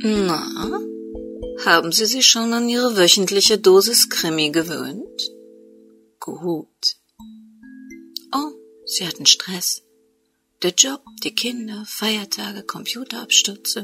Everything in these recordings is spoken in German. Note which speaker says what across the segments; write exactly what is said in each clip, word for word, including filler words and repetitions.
Speaker 1: Na, haben Sie sich schon an Ihre wöchentliche Dosis Krimi gewöhnt? Gut. Oh, Sie hatten Stress. Der Job, die Kinder, Feiertage, Computerabstürze.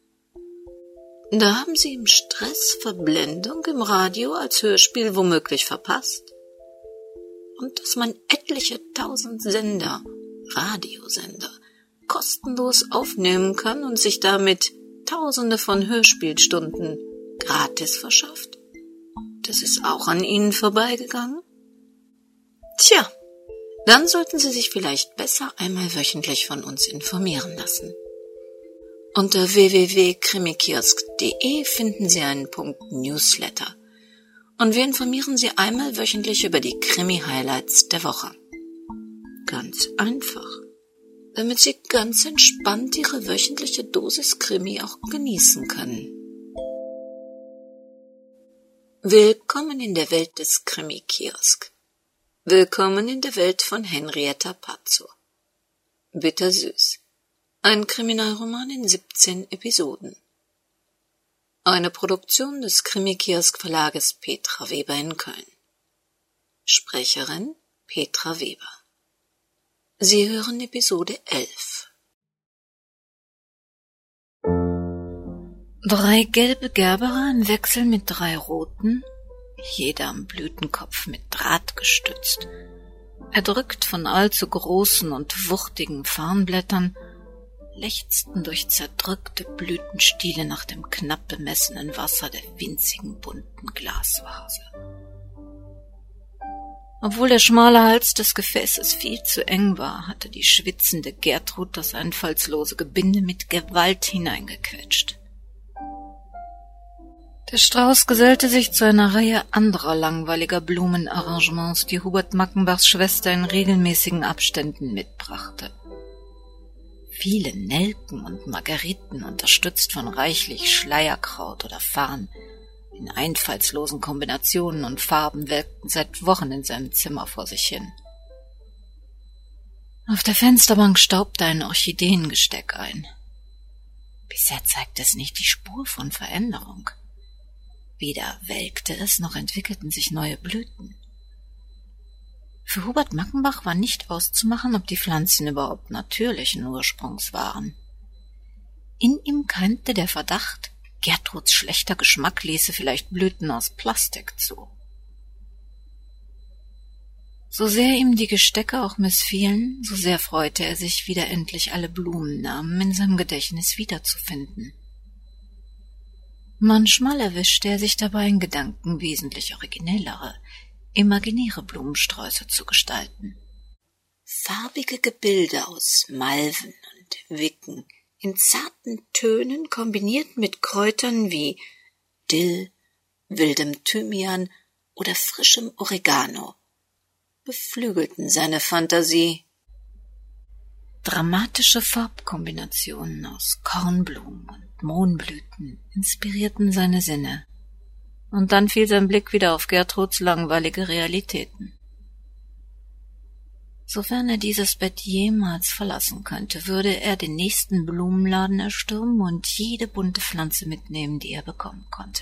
Speaker 1: Da haben Sie im Stress Verblendung im Radio als Hörspiel womöglich verpasst. Und dass man etliche tausend Sender, Radiosender, kostenlos aufnehmen kann und sich damit Tausende von Hörspielstunden gratis verschafft. Das ist auch an Ihnen vorbeigegangen? Tja, dann sollten Sie sich vielleicht besser einmal wöchentlich von uns informieren lassen. Unter w w w punkt krimikiosk punkt de finden Sie einen Punkt Newsletter und wir informieren Sie einmal wöchentlich über die Krimi-Highlights der Woche. Ganz einfach, damit Sie ganz entspannt Ihre wöchentliche Dosis Krimi auch genießen können. Willkommen in der Welt des Krimi-Kiosk. Willkommen in der Welt von Henrietta Pazzo. Bittersüß. Ein Kriminalroman in siebzehn Episoden. Eine Produktion des Krimi-Kiosk-Verlages Petra Weber in Köln. Sprecherin Petra Weber. Sie hören Episode elf. Drei gelbe Gerbera im Wechsel mit drei roten, jeder am Blütenkopf mit Draht gestützt, erdrückt von allzu großen und wuchtigen Farnblättern, lechzten durch zerdrückte Blütenstiele nach dem knapp bemessenen Wasser der winzigen bunten Glasvase. Obwohl der schmale Hals des Gefäßes viel zu eng war, hatte die schwitzende Gertrud das einfallslose Gebinde mit Gewalt hineingequetscht. Der Strauß gesellte sich zu einer Reihe anderer langweiliger Blumenarrangements, die Hubert Mackenbachs Schwester in regelmäßigen Abständen mitbrachte. Viele Nelken und Margeriten, unterstützt von reichlich Schleierkraut oder Farn, in einfallslosen Kombinationen und Farben, welkten seit Wochen in seinem Zimmer vor sich hin. Auf der Fensterbank staubte ein Orchideengesteck ein. Bisher zeigte es nicht die Spur von Veränderung. Weder welkte es, noch entwickelten sich neue Blüten. Für Hubert Mackenbach war nicht auszumachen, ob die Pflanzen überhaupt natürlichen Ursprungs waren. In ihm keimte der Verdacht, Gertruds schlechter Geschmack ließe vielleicht Blüten aus Plastik zu. So sehr ihm die Gestecke auch missfielen, so sehr freute er sich, wieder endlich alle Blumennamen in seinem Gedächtnis wiederzufinden. Manchmal erwischte er sich dabei in Gedanken, wesentlich originellere, imaginäre Blumensträuße zu gestalten. Farbige Gebilde aus Malven und Wicken, in zarten Tönen kombiniert mit Kräutern wie Dill, wildem Thymian oder frischem Oregano, beflügelten seine Fantasie. Dramatische Farbkombinationen aus Kornblumen und Mohnblüten inspirierten seine Sinne. Und dann fiel sein Blick wieder auf Gertruds langweilige Realitäten. Sofern er dieses Bett jemals verlassen könnte, würde er den nächsten Blumenladen erstürmen und jede bunte Pflanze mitnehmen, die er bekommen konnte.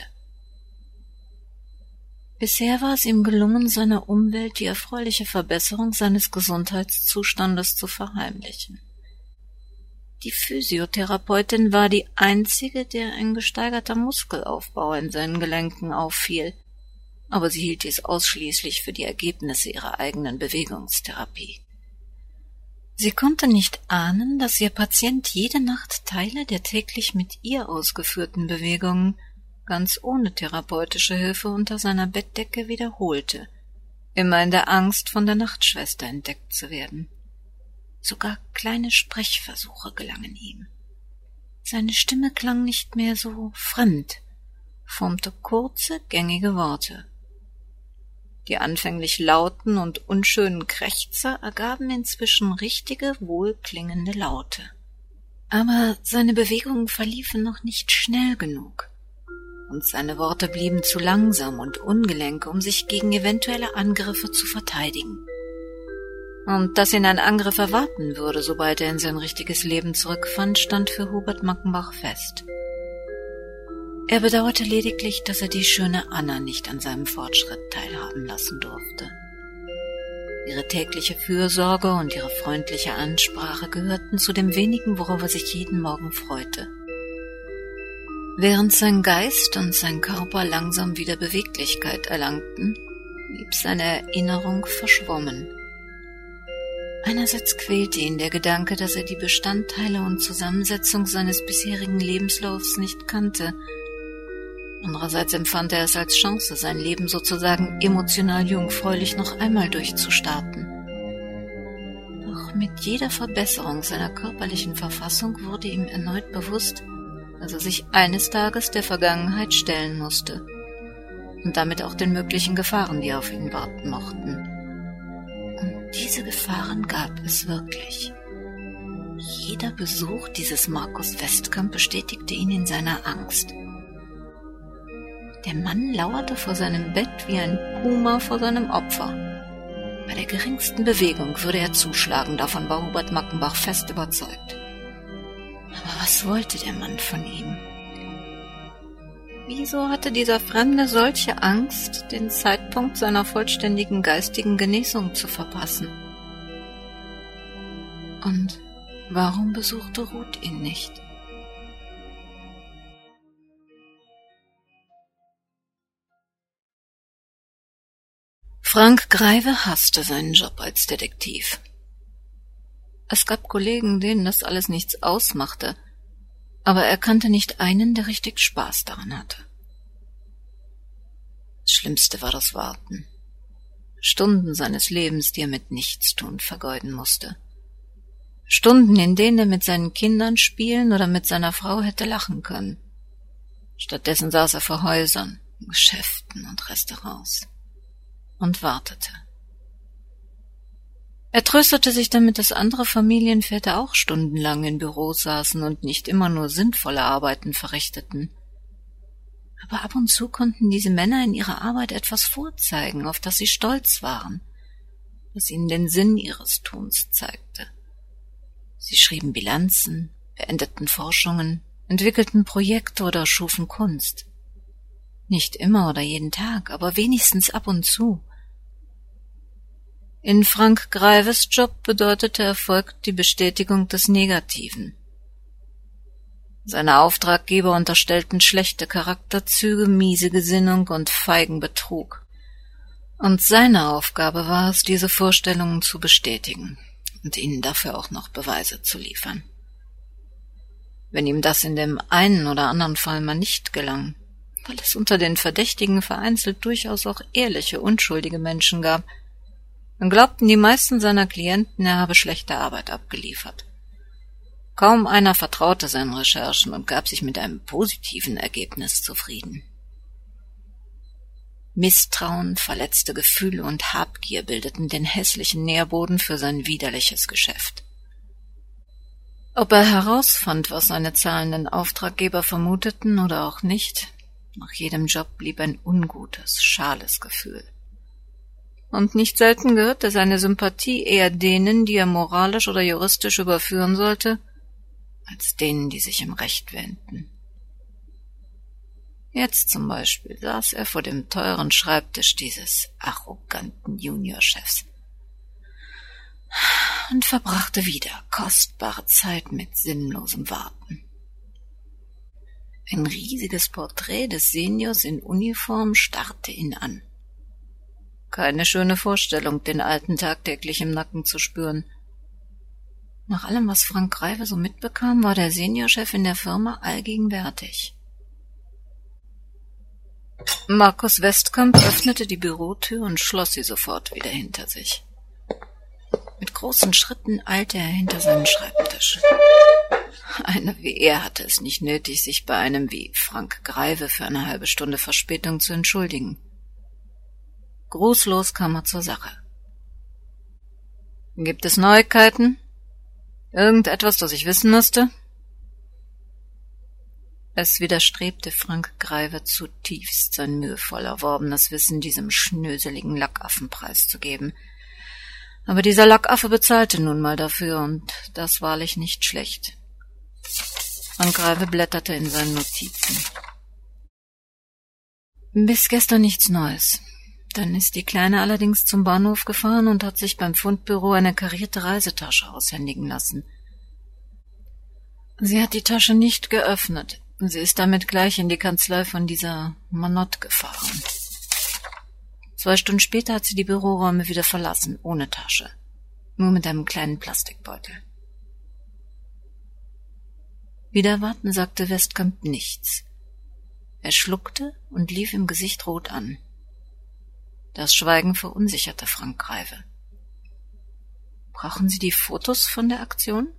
Speaker 1: Bisher war es ihm gelungen, seiner Umwelt die erfreuliche Verbesserung seines Gesundheitszustandes zu verheimlichen. Die Physiotherapeutin war die einzige, der ein gesteigerter Muskelaufbau in seinen Gelenken auffiel, aber sie hielt dies ausschließlich für die Ergebnisse ihrer eigenen Bewegungstherapie. Sie konnte nicht ahnen, dass ihr Patient jede Nacht Teile der täglich mit ihr ausgeführten Bewegungen ganz ohne therapeutische Hilfe unter seiner Bettdecke wiederholte, immer in der Angst, von der Nachtschwester entdeckt zu werden. Sogar kleine Sprechversuche gelangen ihm. Seine Stimme klang nicht mehr so fremd, formte kurze, gängige Worte. Die anfänglich lauten und unschönen Krächzer ergaben inzwischen richtige, wohlklingende Laute. Aber seine Bewegungen verliefen noch nicht schnell genug, und seine Worte blieben zu langsam und ungelenk, um sich gegen eventuelle Angriffe zu verteidigen. Und dass ihn ein Angriff erwarten würde, sobald er in sein richtiges Leben zurückfand, stand für Hubert Mackenbach fest. Er bedauerte lediglich, dass er die schöne Anna nicht an seinem Fortschritt teilhaben lassen durfte. Ihre tägliche Fürsorge und ihre freundliche Ansprache gehörten zu dem wenigen, worauf er sich jeden Morgen freute. Während sein Geist und sein Körper langsam wieder Beweglichkeit erlangten, blieb seine Erinnerung verschwommen. Einerseits quälte ihn der Gedanke, dass er die Bestandteile und Zusammensetzung seines bisherigen Lebenslaufs nicht kannte. Andererseits empfand er es als Chance, sein Leben sozusagen emotional jungfräulich noch einmal durchzustarten. Doch mit jeder Verbesserung seiner körperlichen Verfassung wurde ihm erneut bewusst, dass er sich eines Tages der Vergangenheit stellen musste und damit auch den möglichen Gefahren, die auf ihn warten mochten. Und diese Gefahren gab es wirklich. Jeder Besuch dieses Markus Westkamp bestätigte ihn in seiner Angst. Der Mann lauerte vor seinem Bett wie ein Puma vor seinem Opfer. Bei der geringsten Bewegung würde er zuschlagen, davon war Hubert Mackenbach fest überzeugt. Aber was wollte der Mann von ihm? Wieso hatte dieser Fremde solche Angst, den Zeitpunkt seiner vollständigen geistigen Genesung zu verpassen? Und warum besuchte Ruth ihn nicht? Frank Greive hasste seinen Job als Detektiv. Es gab Kollegen, denen das alles nichts ausmachte, aber er kannte nicht einen, der richtig Spaß daran hatte. Das Schlimmste war das Warten. Stunden seines Lebens, die er mit Nichtstun vergeuden musste. Stunden, in denen er mit seinen Kindern spielen oder mit seiner Frau hätte lachen können. Stattdessen saß er vor Häusern, Geschäften und Restaurants und wartete. Er tröstete sich damit, dass andere Familienväter auch stundenlang in Büros saßen und nicht immer nur sinnvolle Arbeiten verrichteten. Aber ab und zu konnten diese Männer in ihrer Arbeit etwas vorzeigen, auf das sie stolz waren, das ihnen den Sinn ihres Tuns zeigte. Sie schrieben Bilanzen, beendeten Forschungen, entwickelten Projekte oder schufen Kunst. Nicht immer oder jeden Tag, aber wenigstens ab und zu. In Frank Greives Job bedeutete Erfolg die Bestätigung des Negativen. Seine Auftraggeber unterstellten schlechte Charakterzüge, miese Gesinnung und feigen Betrug. Und seine Aufgabe war es, diese Vorstellungen zu bestätigen und ihnen dafür auch noch Beweise zu liefern. Wenn ihm das in dem einen oder anderen Fall mal nicht gelang, weil es unter den Verdächtigen vereinzelt durchaus auch ehrliche, unschuldige Menschen gab, dann glaubten die meisten seiner Klienten, er habe schlechte Arbeit abgeliefert. Kaum einer vertraute seinen Recherchen und gab sich mit einem positiven Ergebnis zufrieden. Misstrauen, verletzte Gefühle und Habgier bildeten den hässlichen Nährboden für sein widerliches Geschäft. Ob er herausfand, was seine zahlenden Auftraggeber vermuteten oder auch nicht, nach jedem Job blieb ein ungutes, schales Gefühl. Und nicht selten gehörte seine Sympathie eher denen, die er moralisch oder juristisch überführen sollte, als denen, die sich im Recht wähnten. Jetzt zum Beispiel saß er vor dem teuren Schreibtisch dieses arroganten Juniorchefs und verbrachte wieder kostbare Zeit mit sinnlosem Warten. Ein riesiges Porträt des Seniors in Uniform starrte ihn an. Keine schöne Vorstellung, den Alten tagtäglich im Nacken zu spüren. Nach allem, was Frank Greive so mitbekam, war der Seniorchef in der Firma allgegenwärtig. Markus Westkamp öffnete die Bürotür und schloss sie sofort wieder hinter sich. Mit großen Schritten eilte er hinter seinen Schreibtisch. Einer wie er hatte es nicht nötig, sich bei einem wie Frank Greive für eine halbe Stunde Verspätung zu entschuldigen. Grußlos kam er zur Sache. »Gibt es Neuigkeiten? Irgendetwas, das ich wissen müsste?« Es widerstrebte Frank Greive zutiefst, sein mühevoll erworbenes Wissen diesem schnöseligen Lackaffen preiszugeben. Aber dieser Lackaffe bezahlte nun mal dafür, und das wahrlich nicht schlecht. Frank Greive blätterte in seinen Notizen. Bis gestern nichts Neues. Dann ist die Kleine allerdings zum Bahnhof gefahren und hat sich beim Fundbüro eine karierte Reisetasche aushändigen lassen. Sie hat die Tasche nicht geöffnet. Sie ist damit gleich in die Kanzlei von dieser Manott gefahren. Zwei Stunden später hat sie die Büroräume wieder verlassen, ohne Tasche. Nur mit einem kleinen Plastikbeutel. Wider Warten sagte Westkamp nichts. Er schluckte und lief im Gesicht rot an. Das Schweigen verunsicherte Frank Greive. »Brauchen Sie die Fotos von der Aktion?«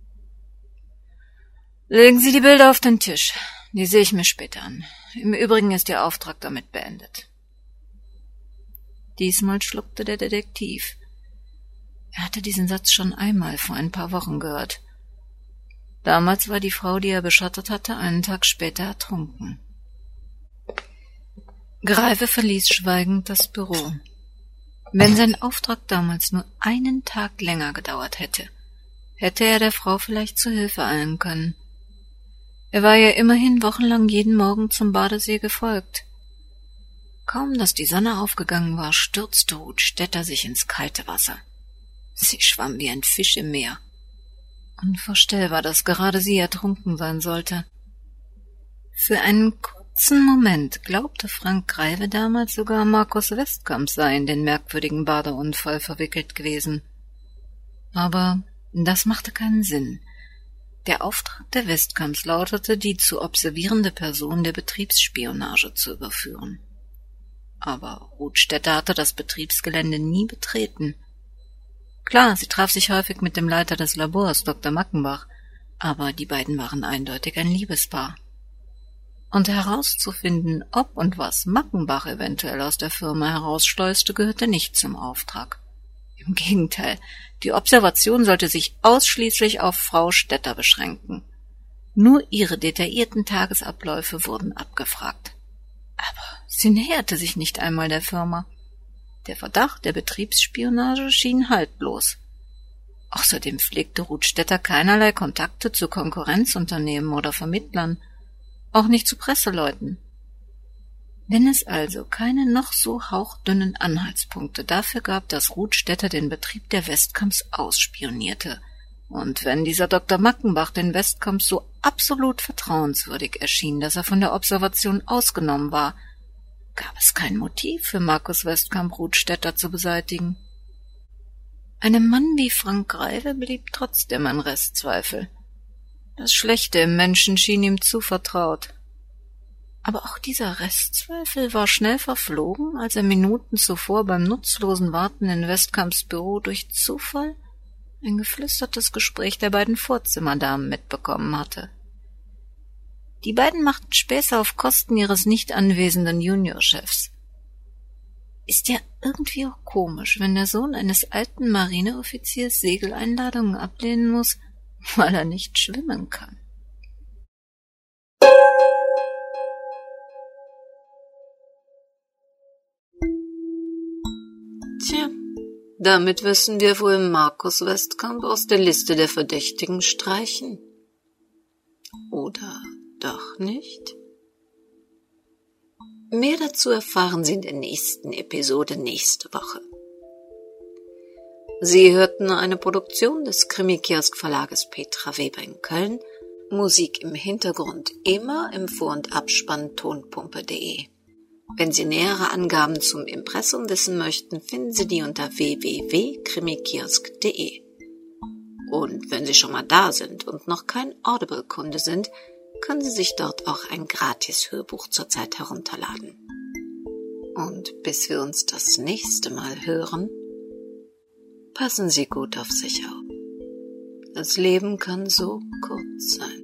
Speaker 1: »Legen Sie die Bilder auf den Tisch. Die sehe ich mir später an. Im Übrigen ist Ihr Auftrag damit beendet.« Diesmal schluckte der Detektiv. Er hatte diesen Satz schon einmal vor ein paar Wochen gehört. Damals war die Frau, die er beschattet hatte, einen Tag später ertrunken. Greive verließ schweigend das Büro. Wenn sein Auftrag damals nur einen Tag länger gedauert hätte, hätte er der Frau vielleicht zu Hilfe eilen können. Er war ja immerhin wochenlang jeden Morgen zum Badesee gefolgt. Kaum, dass die Sonne aufgegangen war, stürzte Ruth Stetter sich ins kalte Wasser. Sie schwamm wie ein Fisch im Meer. Unvorstellbar, dass gerade sie ertrunken sein sollte. Für einen kurzen Moment glaubte Frank Greive damals sogar, Markus Westkamp sei in den merkwürdigen Badeunfall verwickelt gewesen. Aber das machte keinen Sinn. Der Auftrag der Westkamps lautete, die zu observierende Person der Betriebsspionage zu überführen. Aber Ruth Stetter hatte das Betriebsgelände nie betreten. Klar, sie traf sich häufig mit dem Leiter des Labors, Doktor Mackenbach, aber die beiden waren eindeutig ein Liebespaar. Und herauszufinden, ob und was Mackenbach eventuell aus der Firma herausschleuste, gehörte nicht zum Auftrag. Im Gegenteil, die Observation sollte sich ausschließlich auf Frau Stetter beschränken. Nur ihre detaillierten Tagesabläufe wurden abgefragt. Aber sie näherte sich nicht einmal der Firma. Der Verdacht der Betriebsspionage schien haltlos. Außerdem pflegte Ruth Stetter keinerlei Kontakte zu Konkurrenzunternehmen oder Vermittlern, auch nicht zu Presseleuten. Wenn es also keine noch so hauchdünnen Anhaltspunkte dafür gab, dass Ruth Stetter den Betrieb der Westkamps ausspionierte, und wenn dieser Doktor Mackenbach den Westkamps so absolut vertrauenswürdig erschien, dass er von der Observation ausgenommen war, gab es kein Motiv für Markus Westkamp, Ruth Stetter zu beseitigen. Einem Mann wie Frank Greive blieb trotzdem ein Restzweifel. Das Schlechte im Menschen schien ihm zu vertraut. Aber auch dieser Restzweifel war schnell verflogen, als er Minuten zuvor beim nutzlosen Warten in Westkamps Büro durch Zufall ein geflüstertes Gespräch der beiden Vorzimmerdamen mitbekommen hatte. Die beiden machten Späße auf Kosten ihres nicht anwesenden Juniorchefs. Ist ja irgendwie auch komisch, wenn der Sohn eines alten Marineoffiziers Segeleinladungen ablehnen muss, weil er nicht schwimmen kann. Tja, damit müssen wir wohl Markus Westkamp aus der Liste der Verdächtigen streichen. Oder doch nicht? Mehr dazu erfahren Sie in der nächsten Episode nächste Woche. Sie hörten eine Produktion des Krimi-Kiosk-Verlages Petra Weber in Köln. Musik im Hintergrund immer im Vor- und Abspann tonpumpe punkt de. Wenn Sie nähere Angaben zum Impressum wissen möchten, finden Sie die unter w w w punkt krimikiosk punkt de. Und wenn Sie schon mal da sind und noch kein Audible-Kunde sind, können Sie sich dort auch ein Gratis-Hörbuch zurzeit herunterladen. Und bis wir uns das nächste Mal hören, passen Sie gut auf sich auf. Das Leben kann so kurz sein.